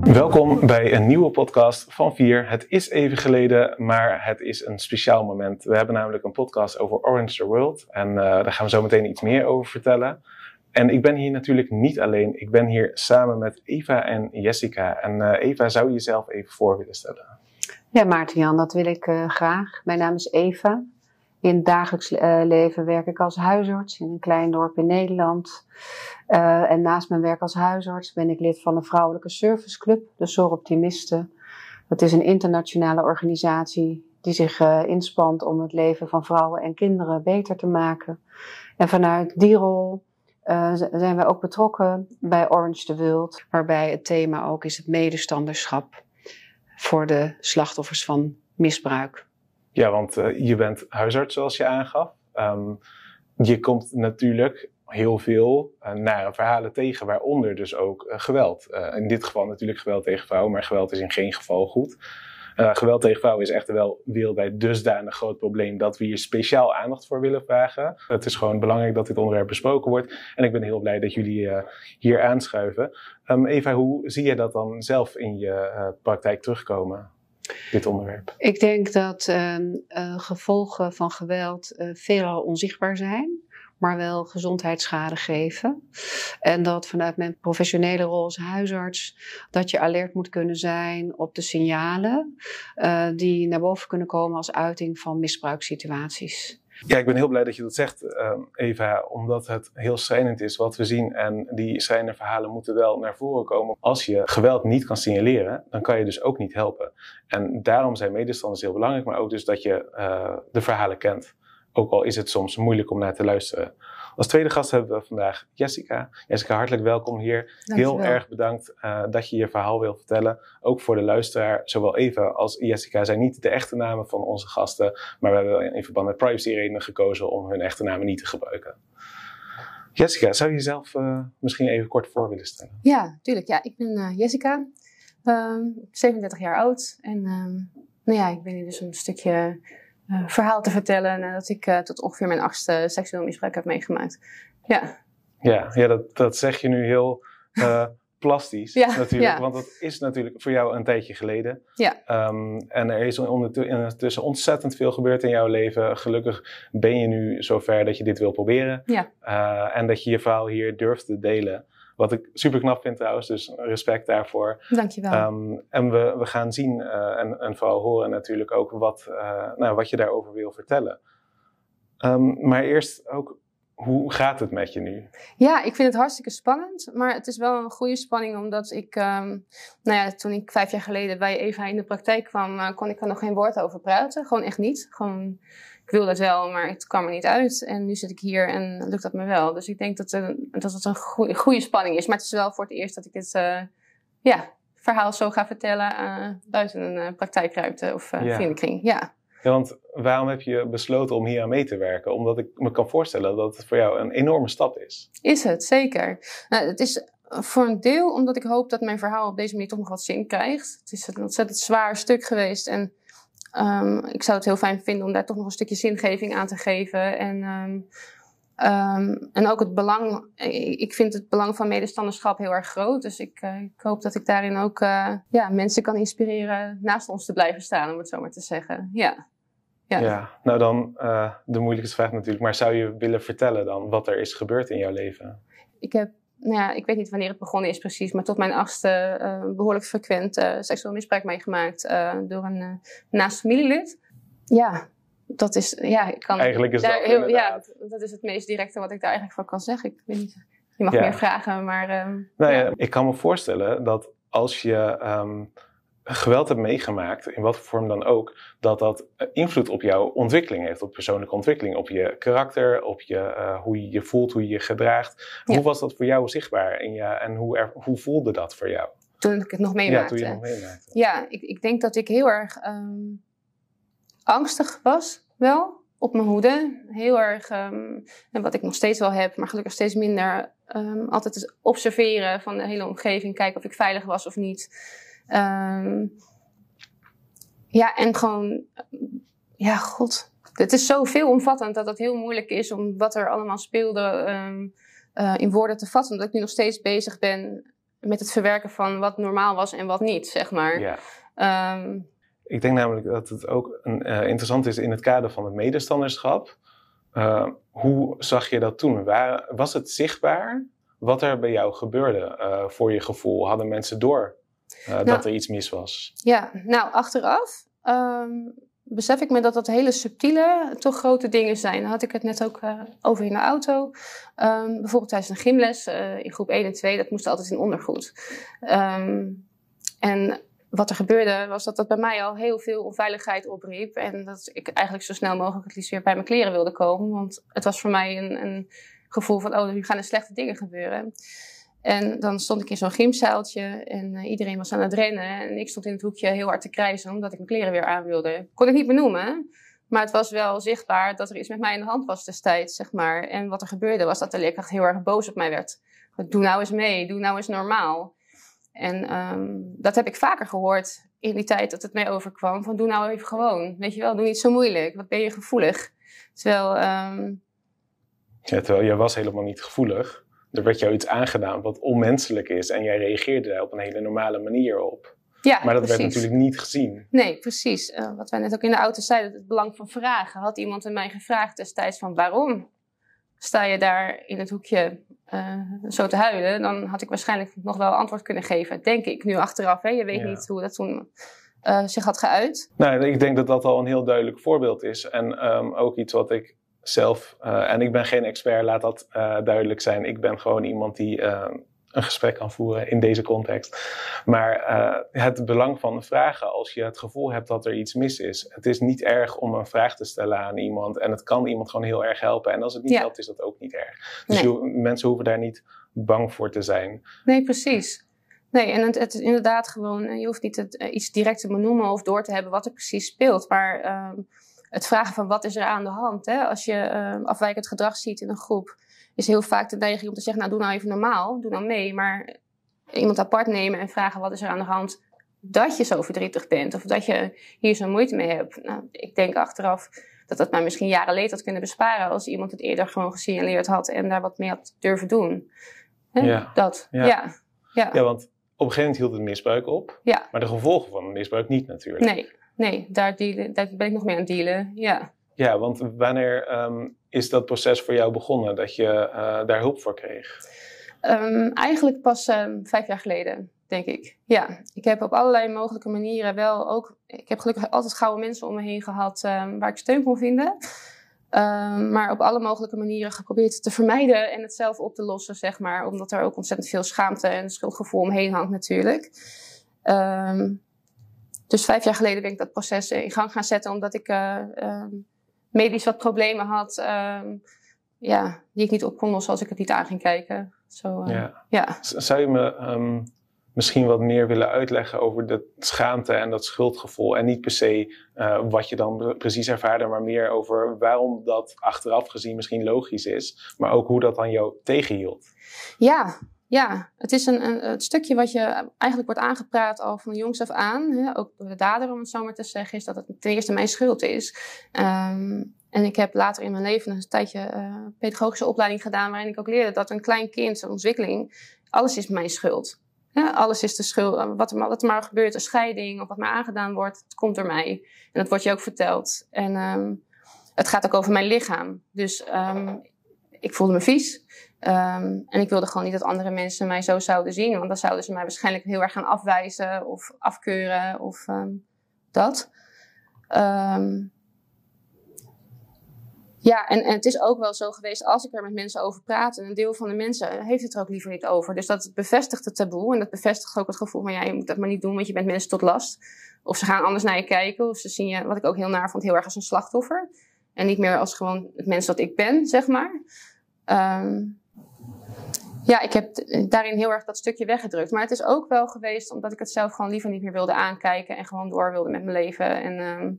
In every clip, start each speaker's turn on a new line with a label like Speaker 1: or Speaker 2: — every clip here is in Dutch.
Speaker 1: Welkom bij een nieuwe podcast van Vier. Het is even geleden, maar het is een speciaal moment. We hebben namelijk een podcast over Orange the World en daar gaan we zo meteen iets meer over vertellen. En ik ben hier natuurlijk niet alleen, ik ben hier samen met Eva en Jessica. En Eva, zou je jezelf even voor willen stellen?
Speaker 2: Ja, Maarten-Jan, dat wil ik graag. Mijn naam is Eva. In het dagelijks leven werk ik als huisarts in een klein dorp in Nederland. En naast mijn werk als huisarts ben ik lid van een vrouwelijke serviceclub, de Soroptimisten. Dat is een internationale organisatie die zich inspant om het leven van vrouwen en kinderen beter te maken. En vanuit die rol zijn wij ook betrokken bij Orange the World, waarbij het thema ook is het medestanderschap voor de slachtoffers van misbruik.
Speaker 1: Ja, want je bent huisarts zoals je aangaf. Je komt natuurlijk heel veel nare verhalen tegen, waaronder dus ook geweld. In dit geval natuurlijk geweld tegen vrouwen, maar geweld is in geen geval goed. Geweld tegen vrouwen is echter wel wereldwijd dusdanig groot probleem dat we hier speciaal aandacht voor willen vragen. Het is gewoon belangrijk dat dit onderwerp besproken wordt. En ik ben heel blij dat jullie hier aanschuiven. Eva, hoe zie je dat dan zelf in je praktijk terugkomen? Dit onderwerp?
Speaker 2: Ik denk dat gevolgen van geweld veelal onzichtbaar zijn, maar wel gezondheidsschade geven. En dat vanuit mijn professionele rol als huisarts, dat je alert moet kunnen zijn op de signalen die naar boven kunnen komen als uiting van misbruikssituaties.
Speaker 1: Ja, ik ben heel blij dat je dat zegt, Eva, omdat het heel schrijnend is wat we zien. En die schrijnende verhalen moeten wel naar voren komen. Als je geweld niet kan signaleren, dan kan je dus ook niet helpen. En daarom zijn medestanders heel belangrijk, maar ook dus dat je de verhalen kent. Ook al is het soms moeilijk om naar te luisteren. Als tweede gast hebben we vandaag Jessica. Jessica, hartelijk welkom hier.
Speaker 2: Dankjewel.
Speaker 1: Heel erg bedankt dat je je verhaal wil vertellen. Ook voor de luisteraar, zowel Eva als Jessica zijn niet de echte namen van onze gasten. Maar we hebben in verband met privacyredenen gekozen om hun echte namen niet te gebruiken. Jessica, zou je jezelf misschien even kort voor willen stellen?
Speaker 3: Ja, tuurlijk. Ja, ik ben Jessica, 37 jaar oud. En ik ben hier dus een stukje verhaal te vertellen nadat ik tot ongeveer mijn 8e seksueel misbruik heb meegemaakt.
Speaker 1: Ja, dat zeg je nu heel plastisch natuurlijk,
Speaker 3: ja.
Speaker 1: want dat is natuurlijk voor jou een tijdje geleden.
Speaker 3: Ja.
Speaker 1: En er is ondertussen ontzettend veel gebeurd in jouw leven. Gelukkig ben je nu zover dat je dit wil proberen. Ja. En dat je je verhaal hier durft te delen. Wat ik super knap vind trouwens, dus respect daarvoor.
Speaker 3: Dankjewel.
Speaker 1: En we gaan zien en vooral horen natuurlijk ook wat je daarover wil vertellen. Maar eerst ook, hoe gaat het met je nu?
Speaker 3: Ja, ik vind het hartstikke spannend, maar het is wel een goede spanning omdat ik, toen ik 5 jaar geleden bij Eva in de praktijk kwam, kon ik er nog geen woord over praten. Gewoon echt niet. Gewoon, ik wilde het wel, maar het kwam er niet uit. En nu zit ik hier en lukt dat me wel. Dus ik denk dat het een goede spanning is. Maar het is wel voor het eerst dat ik dit verhaal zo ga vertellen buiten een praktijkruimte of vriendenkring. Ja.
Speaker 1: Ja, want waarom heb je besloten om hier aan mee te werken? Omdat ik me kan voorstellen dat het voor jou een enorme stap is.
Speaker 3: Is het, zeker. Het is voor een deel omdat ik hoop dat mijn verhaal op deze manier toch nog wat zin krijgt. Het is een ontzettend zwaar stuk geweest en ik zou het heel fijn vinden om daar toch nog een stukje zingeving aan te geven. En ook het belang, ik vind het belang van medestanderschap heel erg groot. Dus ik hoop dat ik daarin ook mensen kan inspireren naast ons te blijven staan, om het zo maar te zeggen. Ja,
Speaker 1: nou dan de moeilijkste vraag natuurlijk. Maar zou je willen vertellen dan wat er is gebeurd in jouw leven?
Speaker 3: Ik heb, ik weet niet wanneer het begonnen is precies, maar tot mijn 8e behoorlijk frequent seksueel misbruik meegemaakt door een naast familielid. Ja. Dat is, ik kan
Speaker 1: eigenlijk is dat inderdaad.
Speaker 3: Dat is het meest directe wat ik daar eigenlijk van kan zeggen. Ik weet niet, je mag meer vragen, maar...
Speaker 1: Ik kan me voorstellen dat als je geweld hebt meegemaakt, in wat voor vorm dan ook, dat invloed op jouw ontwikkeling heeft, op persoonlijke ontwikkeling, op je karakter, op hoe je je voelt, hoe je je gedraagt. Ja. Hoe was dat voor jou zichtbaar en hoe voelde dat voor jou?
Speaker 3: Toen ik het nog meemaakte.
Speaker 1: Ja, toen je het nog meemaakte.
Speaker 3: Ja, ik denk dat ik heel erg angstig was, wel, op mijn hoede. Heel erg, en wat ik nog steeds wel heb, maar gelukkig steeds minder, altijd het observeren van de hele omgeving, kijken of ik veilig was of niet. En gewoon, het is zo veelomvattend dat het heel moeilijk is om wat er allemaal speelde in woorden te vatten. Omdat ik nu nog steeds bezig ben met het verwerken van wat normaal was en wat niet, zeg maar.
Speaker 1: Ja. Ik denk namelijk dat het ook interessant is in het kader van het medestanderschap. Hoe zag je dat toen? Was het zichtbaar wat er bij jou gebeurde voor je gevoel? Hadden mensen door dat er iets mis was?
Speaker 3: Ja, nou achteraf besef ik me dat dat hele subtiele, toch grote dingen zijn. Daar had ik het net ook over in de auto. Bijvoorbeeld tijdens een gymles in groep 1 en 2, dat moest altijd in ondergoed. En wat er gebeurde was dat bij mij al heel veel onveiligheid opriep. En dat ik eigenlijk zo snel mogelijk het liefst weer bij mijn kleren wilde komen. Want het was voor mij een gevoel van, oh, nu gaan er slechte dingen gebeuren. En dan stond ik in zo'n gymzaaltje en iedereen was aan het rennen. En ik stond in het hoekje heel hard te krijsen omdat ik mijn kleren weer aan wilde. Kon ik niet benoemen, maar het was wel zichtbaar dat er iets met mij in de hand was destijds, zeg maar. En wat er gebeurde was dat de leerkracht heel erg boos op mij werd. Doe nou eens mee, doe nou eens normaal. En dat heb ik vaker gehoord in die tijd dat het mij overkwam. Van doe nou even gewoon, weet je wel, doe niet zo moeilijk. Wat ben je gevoelig? Terwijl...
Speaker 1: Ja, terwijl jij was helemaal niet gevoelig. Er werd jou iets aangedaan wat onmenselijk is. En jij reageerde daar op een hele normale manier op.
Speaker 3: Ja,
Speaker 1: maar dat
Speaker 3: precies.
Speaker 1: werd natuurlijk niet gezien.
Speaker 3: Nee, precies. Wat wij net ook in de auto zeiden, het belang van vragen. Had iemand aan mij gevraagd destijds van waarom sta je daar in het hoekje zo te huilen? Dan had ik waarschijnlijk nog wel antwoord kunnen geven. Denk ik nu achteraf. Hè? Je weet niet hoe dat toen zich had geuit.
Speaker 1: Nou, ik denk dat dat al een heel duidelijk voorbeeld is. En ook iets wat ik zelf, en ik ben geen expert, laat dat duidelijk zijn. Ik ben gewoon iemand die een gesprek kan voeren in deze context. Maar het belang van vragen als je het gevoel hebt dat er iets mis is. Het is niet erg om een vraag te stellen aan iemand. En het kan iemand gewoon heel erg helpen. En als het niet helpt, is dat ook niet erg. Dus mensen hoeven daar niet bang voor te zijn.
Speaker 3: Nee, precies. Nee, en het is inderdaad gewoon, je hoeft niet iets direct te benoemen of door te hebben wat er precies speelt. Maar het vragen van wat is er aan de hand. Hè? Als je afwijkend gedrag ziet in een groep, is heel vaak de neiging om te zeggen, nou doe nou even normaal, doe nou mee. Maar iemand apart nemen en vragen wat is er aan de hand dat je zo verdrietig bent. Of dat je hier zo moeite mee hebt. Nou, ik denk achteraf dat dat mij misschien jaren leed had kunnen besparen als iemand het eerder gewoon gesignaleerd had en daar wat mee had durven doen. Hè?
Speaker 1: Ja.
Speaker 3: Dat,
Speaker 1: ja, want op een gegeven moment hield het misbruik op. Ja. Maar de gevolgen van het misbruik niet natuurlijk.
Speaker 3: Nee, daar ben ik nog mee aan het dealen, ja.
Speaker 1: Ja, want wanneer is dat proces voor jou begonnen, dat je daar hulp voor kreeg?
Speaker 3: Eigenlijk pas 5 jaar geleden, denk ik. Ja, ik heb op allerlei mogelijke manieren wel ook... Ik heb gelukkig altijd gouden mensen om me heen gehad waar ik steun kon vinden. Maar op alle mogelijke manieren geprobeerd te vermijden en het zelf op te lossen, zeg maar. Omdat er ook ontzettend veel schaamte en schuldgevoel omheen hangt natuurlijk. Dus 5 jaar geleden ben ik dat proces in gang gaan zetten, omdat ik medisch wat problemen had, die ik niet op kon lossen als ik het niet aan ging kijken.
Speaker 1: Zou je me misschien wat meer willen uitleggen over de schaamte en dat schuldgevoel? En niet per se wat je dan precies ervaarde, maar meer over waarom dat achteraf gezien misschien logisch is, maar ook hoe dat aan jou tegenhield.
Speaker 3: Ja, het is een stukje wat je eigenlijk wordt aangepraat al van jongs af aan. Hè? Ook door de dader, om het zo maar te zeggen, is dat het ten eerste mijn schuld is. En ik heb later in mijn leven een tijdje pedagogische opleiding gedaan, waarin ik ook leerde dat een klein kind, zijn ontwikkeling, alles is mijn schuld. Ja, alles is de schuld. Wat er maar gebeurt, een scheiding of wat mij aangedaan wordt, het komt door mij. En dat wordt je ook verteld. En het gaat ook over mijn lichaam. Dus ik voelde me vies. En ik wilde gewoon niet dat andere mensen mij zo zouden zien. Want dan zouden ze mij waarschijnlijk heel erg gaan afwijzen of afkeuren of dat. En het is ook wel zo geweest, als ik er met mensen over praat, en een deel van de mensen heeft het er ook liever niet over. Dus dat bevestigt het taboe en dat bevestigt ook het gevoel van, je moet dat maar niet doen, want je bent mensen tot last. Of ze gaan anders naar je kijken, of ze zien je, wat ik ook heel naar vond, heel erg als een slachtoffer. En niet meer als gewoon het mens dat ik ben, zeg maar. Ik heb daarin heel erg dat stukje weggedrukt. Maar het is ook wel geweest omdat ik het zelf gewoon liever niet meer wilde aankijken en gewoon door wilde met mijn leven. En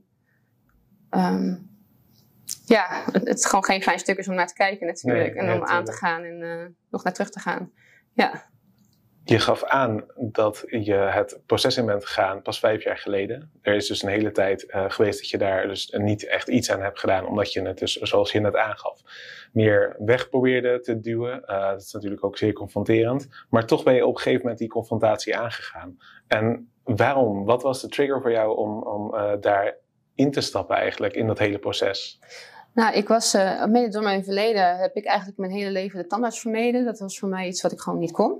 Speaker 3: het gewoon geen fijn stuk is om naar te kijken natuurlijk. Nee, en om aan te gaan en nog naar terug te gaan. Ja.
Speaker 1: Je gaf aan dat je het proces in bent gegaan pas 5 jaar geleden. Er is dus een hele tijd geweest dat je daar dus niet echt iets aan hebt gedaan. Omdat je het dus, zoals je net aangaf, meer weg probeerde te duwen. Dat is natuurlijk ook zeer confronterend. Maar toch ben je op een gegeven moment die confrontatie aangegaan. En waarom? Wat was de trigger voor jou om daar in te stappen eigenlijk in dat hele proces?
Speaker 3: Nou, ik was, mede door mijn verleden heb ik eigenlijk mijn hele leven de tandarts vermeden. Dat was voor mij iets wat ik gewoon niet kon.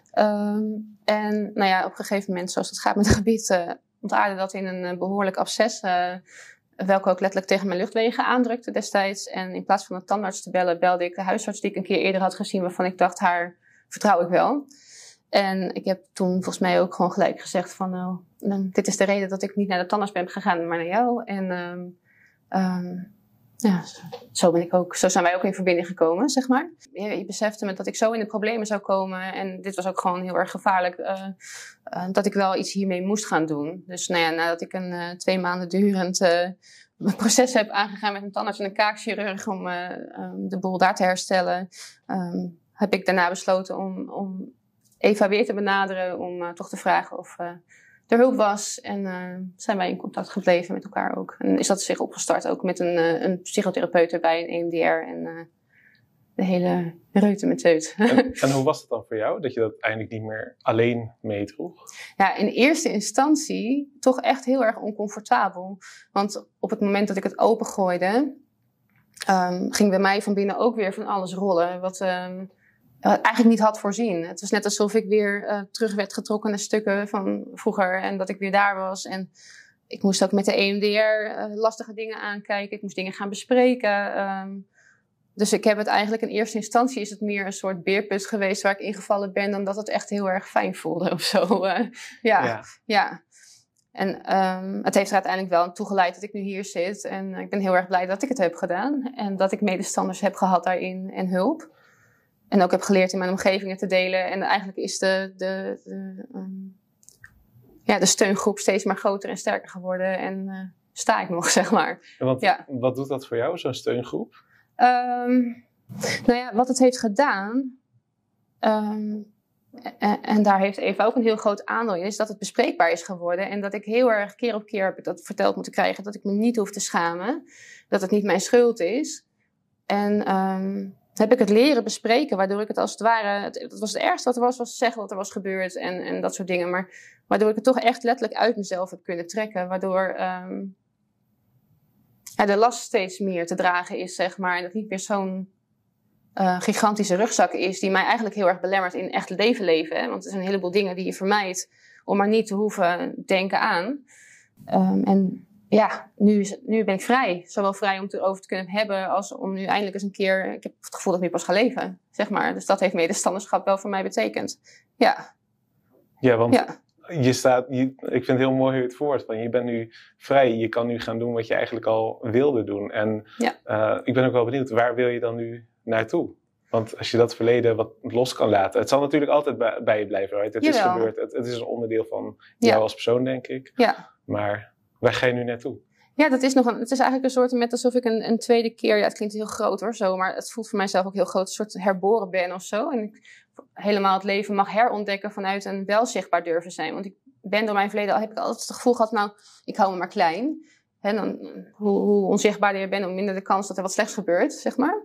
Speaker 3: En nou ja, op een gegeven moment, zoals het gaat met het gebied, ontaarde dat in een behoorlijk absces. Welke ook letterlijk tegen mijn luchtwegen aandrukte destijds. En in plaats van de tandarts te bellen, belde ik de huisarts die ik een keer eerder had gezien. Waarvan ik dacht, haar vertrouw ik wel. En ik heb toen volgens mij ook gewoon gelijk gezegd van, nou, dit is de reden dat ik niet naar de tandarts ben gegaan, maar naar jou. En ja, zo zijn wij ook in verbinding gekomen, zeg maar. Je besefte me dat ik zo in de problemen zou komen. En dit was ook gewoon heel erg gevaarlijk. Dat ik wel iets hiermee moest gaan doen. Dus nou ja, nadat ik een 2 maanden durend proces heb aangegaan met een tandarts en een kaakchirurg om de boel daar te herstellen, heb ik daarna besloten om Eva weer te benaderen. Om toch te vragen of er hulp was. En zijn wij in contact gebleven met elkaar ook. En is dat zich opgestart ook met een psychotherapeut erbij, een EMDR en de hele reuten met teut.
Speaker 1: En hoe was het dan voor jou, dat je dat eindelijk niet meer alleen meedroeg?
Speaker 3: Ja, in eerste instantie toch echt heel erg oncomfortabel. Want op het moment dat ik het opengooide, ging bij mij van binnen ook weer van alles rollen. Wat eigenlijk niet had voorzien. Het was net alsof ik weer terug werd getrokken naar stukken van vroeger. En dat ik weer daar was. En ik moest ook met de EMDR lastige dingen aankijken. Ik moest dingen gaan bespreken. Dus ik heb het eigenlijk in eerste instantie is het meer een soort beerput geweest waar ik ingevallen ben. Dan dat het echt heel erg fijn voelde of zo. Ja. En het heeft er uiteindelijk wel toe geleid dat ik nu hier zit. En ik ben heel erg blij dat ik het heb gedaan. En dat ik medestanders heb gehad daarin en hulp. En ook heb geleerd in mijn omgevingen te delen. En eigenlijk is de steungroep steeds maar groter en sterker geworden. En sta ik nog, zeg maar.
Speaker 1: Wat doet dat voor jou, zo'n steungroep?
Speaker 3: Nou ja, wat het heeft gedaan, en daar heeft Eva ook een heel groot aandeel in, is dat het bespreekbaar is geworden. En dat ik heel erg keer op keer heb ik dat verteld moeten krijgen, dat ik me niet hoef te schamen. Dat het niet mijn schuld is. En heb ik het leren bespreken, waardoor ik het als het ware, het was het ergste wat er was zeggen wat er was gebeurd en dat soort dingen. Maar waardoor ik het toch echt letterlijk uit mezelf heb kunnen trekken. Waardoor de last steeds meer te dragen is, zeg maar. En dat niet meer zo'n gigantische rugzak is die mij eigenlijk heel erg belemmert in echt leven. Hè? Want er zijn een heleboel dingen die je vermijdt om maar niet te hoeven denken aan. En ja, nu ben ik vrij. Zowel vrij om het erover te kunnen hebben als om nu eindelijk eens een keer, ik heb het gevoel dat ik nu pas ga leven, zeg maar. Dus dat heeft medestanderschap wel voor mij betekend. Ja.
Speaker 1: Ja, want ik vind het heel mooi hoe je het voort. Je bent nu vrij, je kan nu gaan doen wat je eigenlijk al wilde doen. En ik ben ook wel benieuwd, waar wil je dan nu naartoe? Want als je dat verleden wat los kan laten, het zal natuurlijk altijd bij je blijven. Right? Het is gebeurd, het is een onderdeel van jou als persoon, denk ik.
Speaker 3: Ja.
Speaker 1: Maar waar ga je nu naartoe?
Speaker 3: Ja, het is eigenlijk een soort met alsof ik een tweede keer, het klinkt heel groot hoor, zo, maar het voelt voor mijzelf ook heel groot, een soort herboren ben of zo. En ik helemaal het leven mag herontdekken vanuit een wel zichtbaar durven zijn. Want ik ben door mijn verleden, heb ik altijd het gevoel gehad, nou, ik hou me maar klein. En dan, hoe onzichtbaarder je bent, hoe minder de kans dat er wat slechts gebeurt, zeg maar.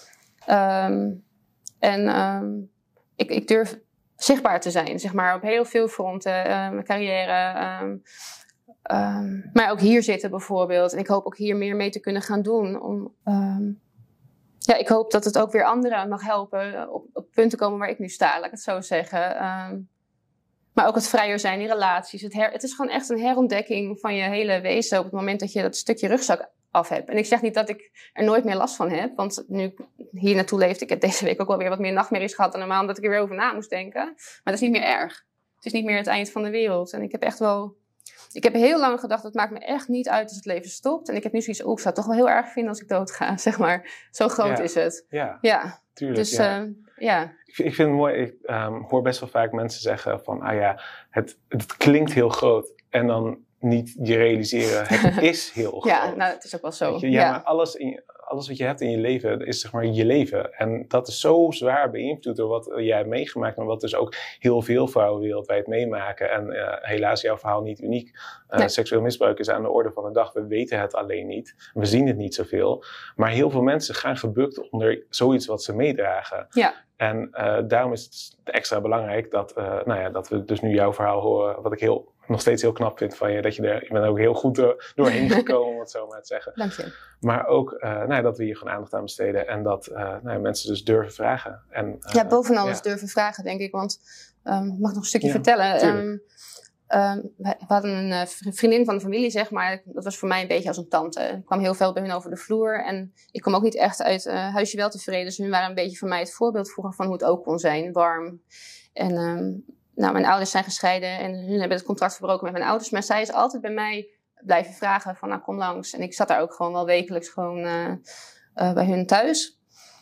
Speaker 3: Ik durf zichtbaar te zijn, zeg maar, op heel veel fronten. Mijn carrière, maar ook hier zitten bijvoorbeeld. En ik hoop ook hier meer mee te kunnen gaan doen. Ik hoop dat het ook weer anderen mag helpen op punten komen waar ik nu sta, laat ik het zo zeggen. Maar ook het vrijer zijn in relaties. Het is gewoon echt een herontdekking van je hele wezen op het moment dat je dat stukje rugzak af hebt. En ik zeg niet dat ik er nooit meer last van heb. Want nu ik hier naartoe leef, ik heb deze week ook wel weer wat meer nachtmerries gehad dan normaal, omdat ik er weer over na moest denken. Maar dat is niet meer erg. Het is niet meer het eind van de wereld. En ik heb heel lang gedacht, het maakt me echt niet uit als het leven stopt. En ik heb nu zoiets, ik zou het toch wel heel erg vinden als ik dood ga, zeg maar. Zo groot is het.
Speaker 1: Ja, tuurlijk.
Speaker 3: Dus,
Speaker 1: Ik vind het mooi, ik hoor best wel vaak mensen zeggen van, het klinkt heel groot. En dan niet je realiseren, het is heel groot.
Speaker 3: Ja, nou, het is ook wel zo.
Speaker 1: Maar alles alles wat je hebt in je leven is zeg maar je leven. En dat is zo zwaar beïnvloed door wat jij hebt meegemaakt. En wat dus ook heel veel vrouwen wereldwijd meemaken. En helaas jouw verhaal niet uniek.
Speaker 3: Nee.
Speaker 1: Seksueel misbruik is aan de orde van de dag. We weten het alleen niet. We zien het niet zoveel. Maar heel veel mensen gaan gebukt onder zoiets wat ze meedragen.
Speaker 3: Ja.
Speaker 1: En daarom is het extra belangrijk dat we dus nu jouw verhaal horen. Wat ik nog steeds heel knap vind van je. Dat je bent ook heel goed doorheen gekomen, om het zo maar te zeggen.
Speaker 3: Dank je.
Speaker 1: Maar ook dat we hier gewoon aandacht aan besteden. En dat mensen dus durven vragen. En,
Speaker 3: bovenal eens durven vragen, denk ik. Want mag ik nog een stukje vertellen? We hadden een vriendin van de familie, zeg maar. Dat was voor mij een beetje als een tante. Ik kwam heel veel bij hun over de vloer. En ik kwam ook niet echt uit huisje wel tevreden. Dus hun waren een beetje voor mij het voorbeeld vroeger van hoe het ook kon zijn. Warm. En mijn ouders zijn gescheiden. En hun hebben het contract verbroken met mijn ouders. Maar zij is altijd bij mij blijven vragen van kom langs. En ik zat daar ook gewoon wel wekelijks gewoon bij hun thuis.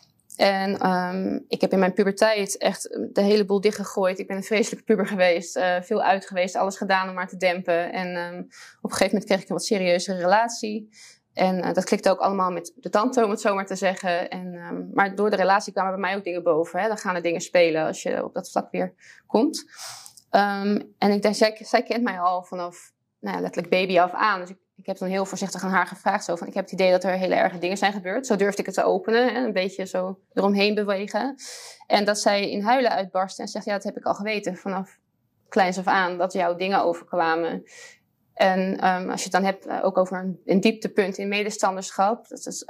Speaker 3: En ik heb in mijn puberteit echt de hele boel dichtgegooid. Ik ben een vreselijke puber geweest. Veel uit geweest, alles gedaan om maar te dempen. En op een gegeven moment kreeg ik een wat serieuze relatie. En dat klikte ook allemaal met de tante, om het zo maar te zeggen. Maar door de relatie kwamen bij mij ook dingen boven. Hè? Dan gaan er dingen spelen als je op dat vlak weer komt. En ik denk, zij kent mij al vanaf letterlijk baby af aan. Dus ik heb dan heel voorzichtig aan haar gevraagd. Zo van, ik heb het idee dat er hele erge dingen zijn gebeurd. Zo durfde ik het te openen. Hè, een beetje zo eromheen bewegen. En dat zij in huilen uitbarstte. En zegt, dat heb ik al geweten vanaf kleins af aan. Dat jouw dingen overkwamen. En als je het dan hebt ook over een dieptepunt in medestanderschap.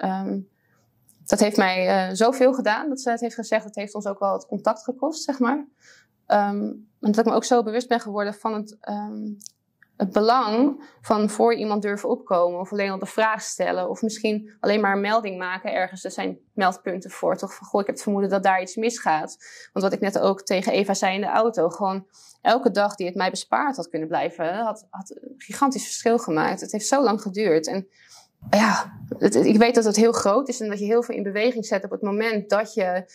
Speaker 3: Dat heeft mij zoveel gedaan. Dat zij het heeft gezegd. Dat heeft ons ook wel het contact gekost, zeg maar. En dat ik me ook zo bewust ben geworden van het belang van voor iemand durven opkomen. Of alleen al de vraag stellen. Of misschien alleen maar een melding maken ergens. Er zijn meldpunten voor. Toch van, ik heb het vermoeden dat daar iets misgaat. Want wat ik net ook tegen Eva zei in de auto. Gewoon elke dag die het mij bespaard had kunnen blijven. Had een gigantisch verschil gemaakt. Het heeft zo lang geduurd. En ik weet dat het heel groot is. En dat je heel veel in beweging zet op het moment dat je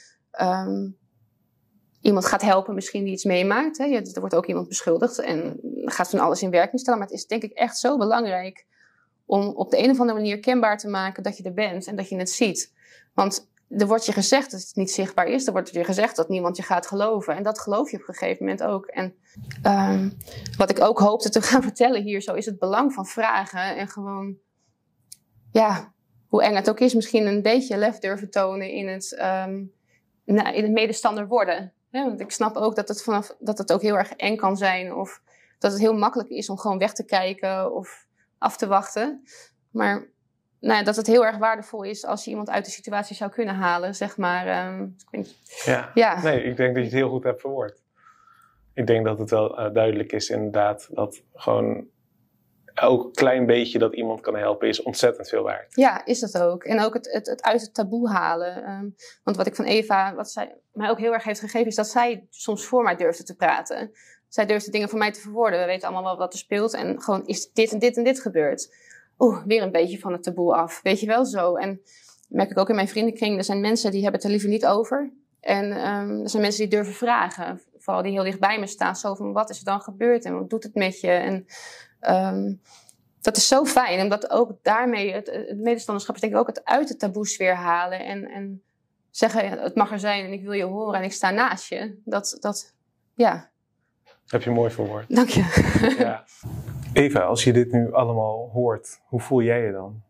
Speaker 3: iemand gaat helpen misschien die iets meemaakt. Hè. Er wordt ook iemand beschuldigd en gaat van alles in werking stellen. Maar het is denk ik echt zo belangrijk om op de een of andere manier kenbaar te maken dat je er bent en dat je het ziet. Want er wordt je gezegd dat het niet zichtbaar is. Er wordt je gezegd dat niemand je gaat geloven. En dat geloof je op een gegeven moment ook. En wat ik ook hoopte te gaan vertellen hier zo is het belang van vragen. En gewoon, hoe eng het ook is, misschien een beetje lef durven tonen in het medestander worden. Ja, want ik snap ook dat het ook heel erg eng kan zijn. Of dat het heel makkelijk is om gewoon weg te kijken of af te wachten. Maar dat het heel erg waardevol is als je iemand uit de situatie zou kunnen halen, zeg maar.
Speaker 1: Nee, ik denk dat je het heel goed hebt verwoord. Ik denk dat het wel duidelijk is inderdaad dat gewoon elk klein beetje dat iemand kan helpen is ontzettend veel waard. Ja,
Speaker 3: is dat ook. En ook het uit het taboe halen. Want wat ik van Eva, wat zij mij ook heel erg heeft gegeven, is dat zij soms voor mij durfde te praten. Zij durfde dingen voor mij te verwoorden. We weten allemaal wel wat er speelt. En gewoon is dit en dit en dit gebeurd. Weer een beetje van het taboe af. Weet je wel zo. En merk ik ook in mijn vriendenkring. Er zijn mensen die hebben het er liever niet over. En er zijn mensen die durven vragen. Vooral die heel dicht bij me staan. Zo van, wat is er dan gebeurd? En wat doet het met je? En dat is zo fijn. Omdat ook daarmee het medestanderschap is denk ik ook het uit de taboesfeer halen. En zeggen, het mag er zijn en ik wil je horen en ik sta naast je. Dat
Speaker 1: heb je mooi verwoord.
Speaker 3: Dank je.
Speaker 1: Ja. Eva, als je dit nu allemaal hoort, hoe voel jij je dan?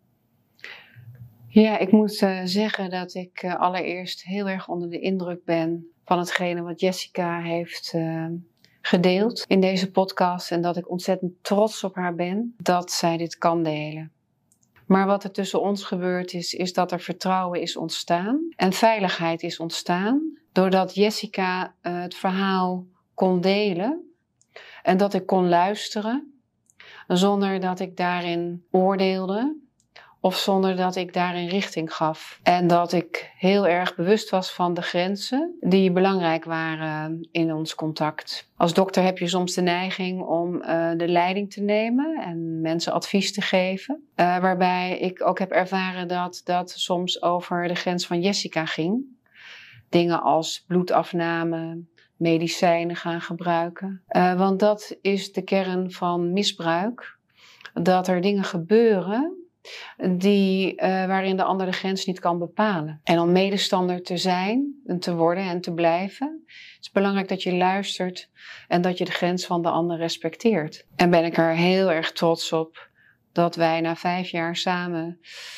Speaker 2: Ja, ik moet zeggen dat ik allereerst heel erg onder de indruk ben van hetgene wat Jessica heeft gedeeld in deze podcast. En dat ik ontzettend trots op haar ben dat zij dit kan delen. Maar wat er tussen ons gebeurd is dat er vertrouwen is ontstaan en veiligheid is ontstaan. Doordat Jessica het verhaal kon delen en dat ik kon luisteren zonder dat ik daarin oordeelde of zonder dat ik daarin richting gaf. En dat ik heel erg bewust was van de grenzen die belangrijk waren in ons contact. Als dokter heb je soms de neiging om de leiding te nemen en mensen advies te geven. Waarbij ik ook heb ervaren dat dat soms over de grens van Jessica ging. Dingen als bloedafname, medicijnen gaan gebruiken. Want dat is de kern van misbruik. Dat er dingen gebeuren waarin de ander de grens niet kan bepalen. En om medestander te zijn, en te worden en te blijven, is het belangrijk dat je luistert en dat je de grens van de ander respecteert. En ben ik er heel erg trots op dat wij na 5 jaar samen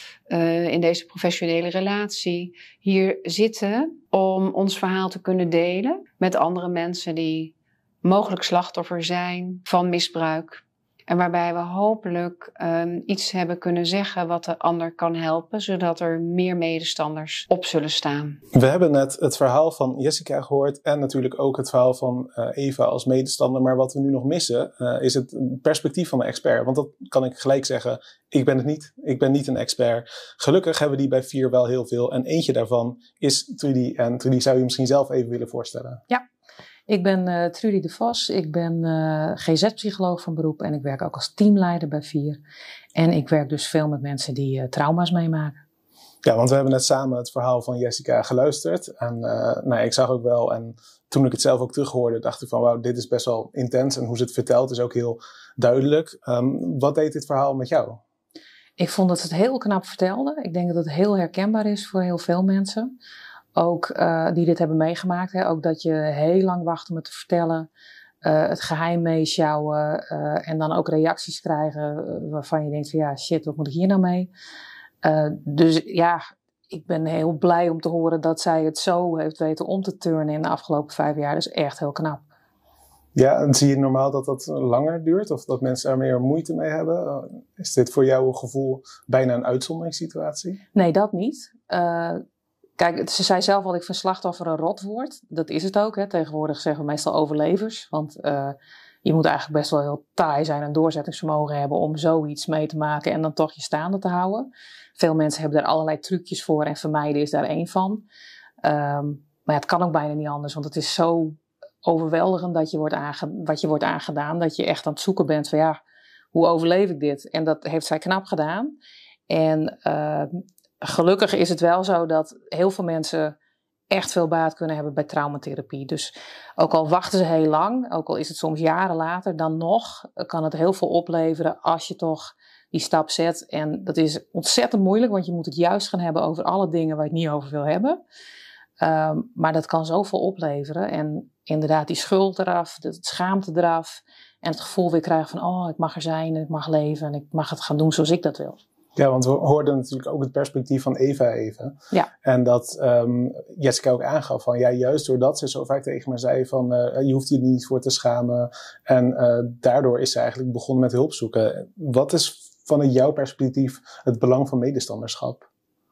Speaker 2: in deze professionele relatie hier zitten om ons verhaal te kunnen delen met andere mensen die mogelijk slachtoffer zijn van misbruik. En waarbij we hopelijk iets hebben kunnen zeggen wat de ander kan helpen, zodat er meer medestanders op zullen staan.
Speaker 1: We hebben net het verhaal van Jessica gehoord en natuurlijk ook het verhaal van Eva als medestander. Maar wat we nu nog missen is het perspectief van de expert. Want dat kan ik gelijk zeggen, ik ben het niet. Ik ben niet een expert. Gelukkig hebben we die bij VIER wel heel veel. En eentje daarvan is Trudy. En Trudy, zou je misschien zelf even willen voorstellen?
Speaker 4: Ja. Ik ben Trudy de Vos, ik ben GZ-psycholoog van beroep en ik werk ook als teamleider bij VIER. En ik werk dus veel met mensen die trauma's meemaken.
Speaker 1: Ja, want we hebben net samen het verhaal van Jessica geluisterd. En ik zag ook wel, en toen ik het zelf ook terughoorde, dacht ik van wauw, dit is best wel intens. En hoe ze het vertelt is ook heel duidelijk. Wat deed dit verhaal met jou?
Speaker 4: Ik vond dat het heel knap vertelde. Ik denk dat het heel herkenbaar is voor heel veel mensen. Ook die dit hebben meegemaakt. Hè? Ook dat je heel lang wacht om het te vertellen. Het geheim meesjouwen. En dan ook reacties krijgen waarvan je denkt van ja shit, wat moet ik hier nou mee? Dus ja, ik ben heel blij om te horen dat zij het zo heeft weten om te turnen in de afgelopen 5 jaar. Dat is echt heel knap.
Speaker 1: Ja, en zie je normaal dat dat langer duurt? Of dat mensen er meer moeite mee hebben? Is dit voor jou een gevoel bijna een uitzonderingssituatie?
Speaker 4: Nee, dat niet. Kijk, ze zei zelf al, ik vind slachtoffer een rotwoord. Dat is het ook. Hè. Tegenwoordig zeggen we meestal overlevers. Want je moet eigenlijk best wel heel taai zijn en doorzettingsvermogen hebben om zoiets mee te maken en dan toch je staande te houden. Veel mensen hebben daar allerlei trucjes voor en vermijden is daar één van. Maar ja, het kan ook bijna niet anders, want het is zo overweldigend dat wat je wordt aangedaan, dat je echt aan het zoeken bent van ja, hoe overleef ik dit? En dat heeft zij knap gedaan. En gelukkig is het wel zo dat heel veel mensen echt veel baat kunnen hebben bij traumatherapie. Dus ook al wachten ze heel lang, ook al is het soms jaren later, dan nog kan het heel veel opleveren als je toch die stap zet. En dat is ontzettend moeilijk, want je moet het juist gaan hebben over alle dingen waar je het niet over wil hebben. Maar dat kan zoveel opleveren. En inderdaad die schuld eraf, de schaamte eraf. En het gevoel weer krijgen van oh, ik mag er zijn, ik mag leven en ik mag het gaan doen zoals ik dat wil.
Speaker 1: Ja, want we hoorden natuurlijk ook het perspectief van Eva even.
Speaker 4: Ja.
Speaker 1: En dat Jessica ook aangaf van ja, juist doordat ze zo vaak tegen me zei van je hoeft je er niet voor te schamen. En daardoor is ze eigenlijk begonnen met hulp zoeken. Wat is vanuit jouw perspectief het belang van medestanderschap?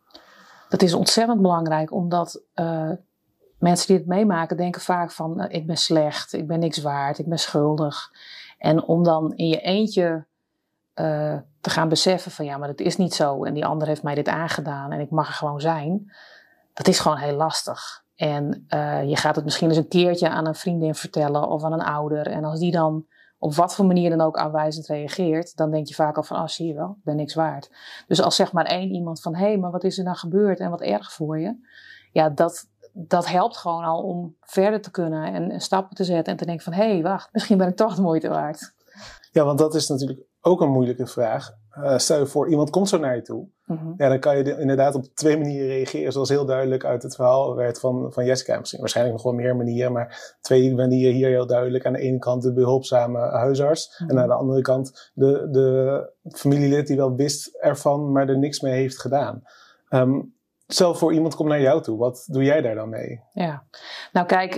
Speaker 4: Dat is ontzettend belangrijk, omdat mensen die het meemaken denken vaak van ik ben slecht, ik ben niks waard, ik ben schuldig. En om dan in je eentje te gaan beseffen van ja, maar dat is niet zo en die ander heeft mij dit aangedaan en ik mag er gewoon zijn, dat is gewoon heel lastig. En je gaat het misschien eens een keertje aan een vriendin vertellen of aan een ouder en als die dan op wat voor manier dan ook aanwijzend reageert, dan denk je vaak al van zie je wel, ik ben niks waard. Dus als zeg maar 1 iemand van hé, maar wat is er nou gebeurd en wat erg voor je, ja, dat helpt gewoon al om verder te kunnen en stappen te zetten en te denken van hé, wacht, misschien ben ik toch de moeite waard.
Speaker 1: Ja, want dat is natuurlijk ook een moeilijke vraag. Stel je voor, iemand komt zo naar je toe.
Speaker 4: Mm-hmm.
Speaker 1: Ja, dan kan je inderdaad op 2 manieren reageren. Zoals heel duidelijk uit het verhaal werd van Jessica. Misschien waarschijnlijk nog wel meer manieren. Maar 2 manieren hier heel duidelijk. Aan de ene kant de behulpzame huisarts. Mm-hmm. En aan de andere kant de familielid die wel wist ervan, maar er niks mee heeft gedaan. Stel voor iemand komt naar jou toe. Wat doe jij daar dan mee?
Speaker 4: Ja, nou kijk,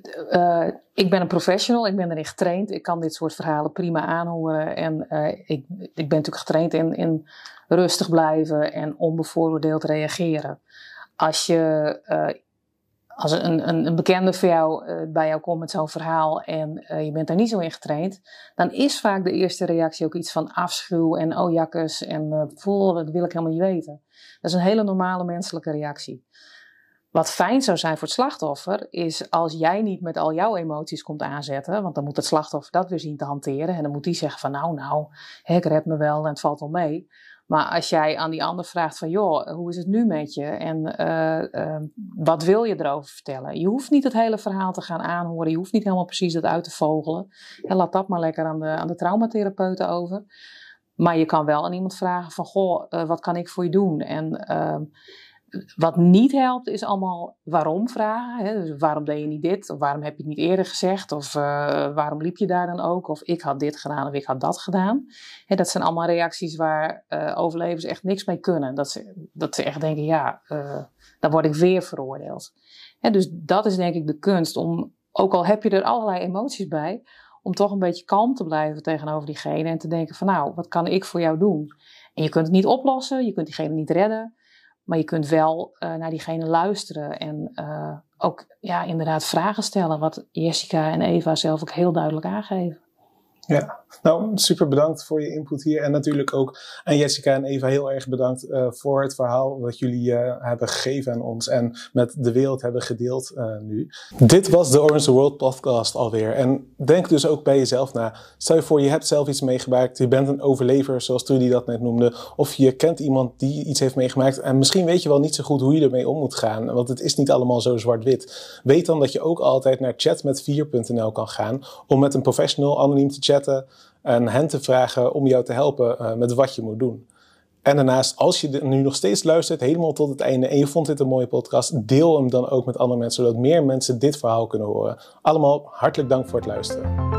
Speaker 4: ik ben een professional. Ik ben erin getraind. Ik kan dit soort verhalen prima aanhoren. En ik ben natuurlijk getraind in rustig blijven en onbevooroordeeld reageren. Als een bekende van jou bij jou komt met zo'n verhaal en je bent daar niet zo in getraind, dan is vaak de eerste reactie ook iets van afschuw en oh jakkes en dat wil ik helemaal niet weten. Dat is een hele normale menselijke reactie. Wat fijn zou zijn voor het slachtoffer is als jij niet met al jouw emoties komt aanzetten, want dan moet het slachtoffer dat weer zien te hanteren en dan moet die zeggen van nou, ik red me wel en het valt wel mee. Maar als jij aan die ander vraagt van joh, hoe is het nu met je en wat wil je erover vertellen? Je hoeft niet het hele verhaal te gaan aanhoren, je hoeft niet helemaal precies dat uit te vogelen. Ja, laat dat maar lekker aan de traumatherapeuten over. Maar je kan wel aan iemand vragen van, goh, wat kan ik voor je doen? En wat niet helpt is allemaal waarom vragen. Hè? Dus waarom deed je niet dit? Of waarom heb je het niet eerder gezegd? Of waarom liep je daar dan ook? Of ik had dit gedaan of ik had dat gedaan. Hè, dat zijn allemaal reacties waar overlevers echt niks mee kunnen. Dat ze echt denken, dan word ik weer veroordeeld. Hè, dus dat is denk ik de kunst om, ook al heb je er allerlei emoties bij, om toch een beetje kalm te blijven tegenover diegene en te denken van nou, wat kan ik voor jou doen? En je kunt het niet oplossen, je kunt diegene niet redden, maar je kunt wel naar diegene luisteren en ook inderdaad vragen stellen, wat Jessica en Eva zelf ook heel duidelijk aangeven.
Speaker 1: Ja, nou super bedankt voor je input hier. En natuurlijk ook aan Jessica en Eva heel erg bedankt voor het verhaal wat jullie hebben gegeven aan ons en met de wereld hebben gedeeld nu. Dit was de Orange the World podcast alweer. En denk dus ook bij jezelf na. Stel je voor, je hebt zelf iets meegemaakt. Je bent een overlever, zoals Trudy dat net noemde. Of je kent iemand die iets heeft meegemaakt. En misschien weet je wel niet zo goed hoe je ermee om moet gaan. Want het is niet allemaal zo zwart-wit. Weet dan dat je ook altijd naar chatmet4.nl kan gaan om met een professional anoniem te chatten en hen te vragen om jou te helpen met wat je moet doen. En daarnaast, als je nu nog steeds luistert, helemaal tot het einde, en je vond dit een mooie podcast, deel hem dan ook met andere mensen, zodat meer mensen dit verhaal kunnen horen. Allemaal hartelijk dank voor het luisteren.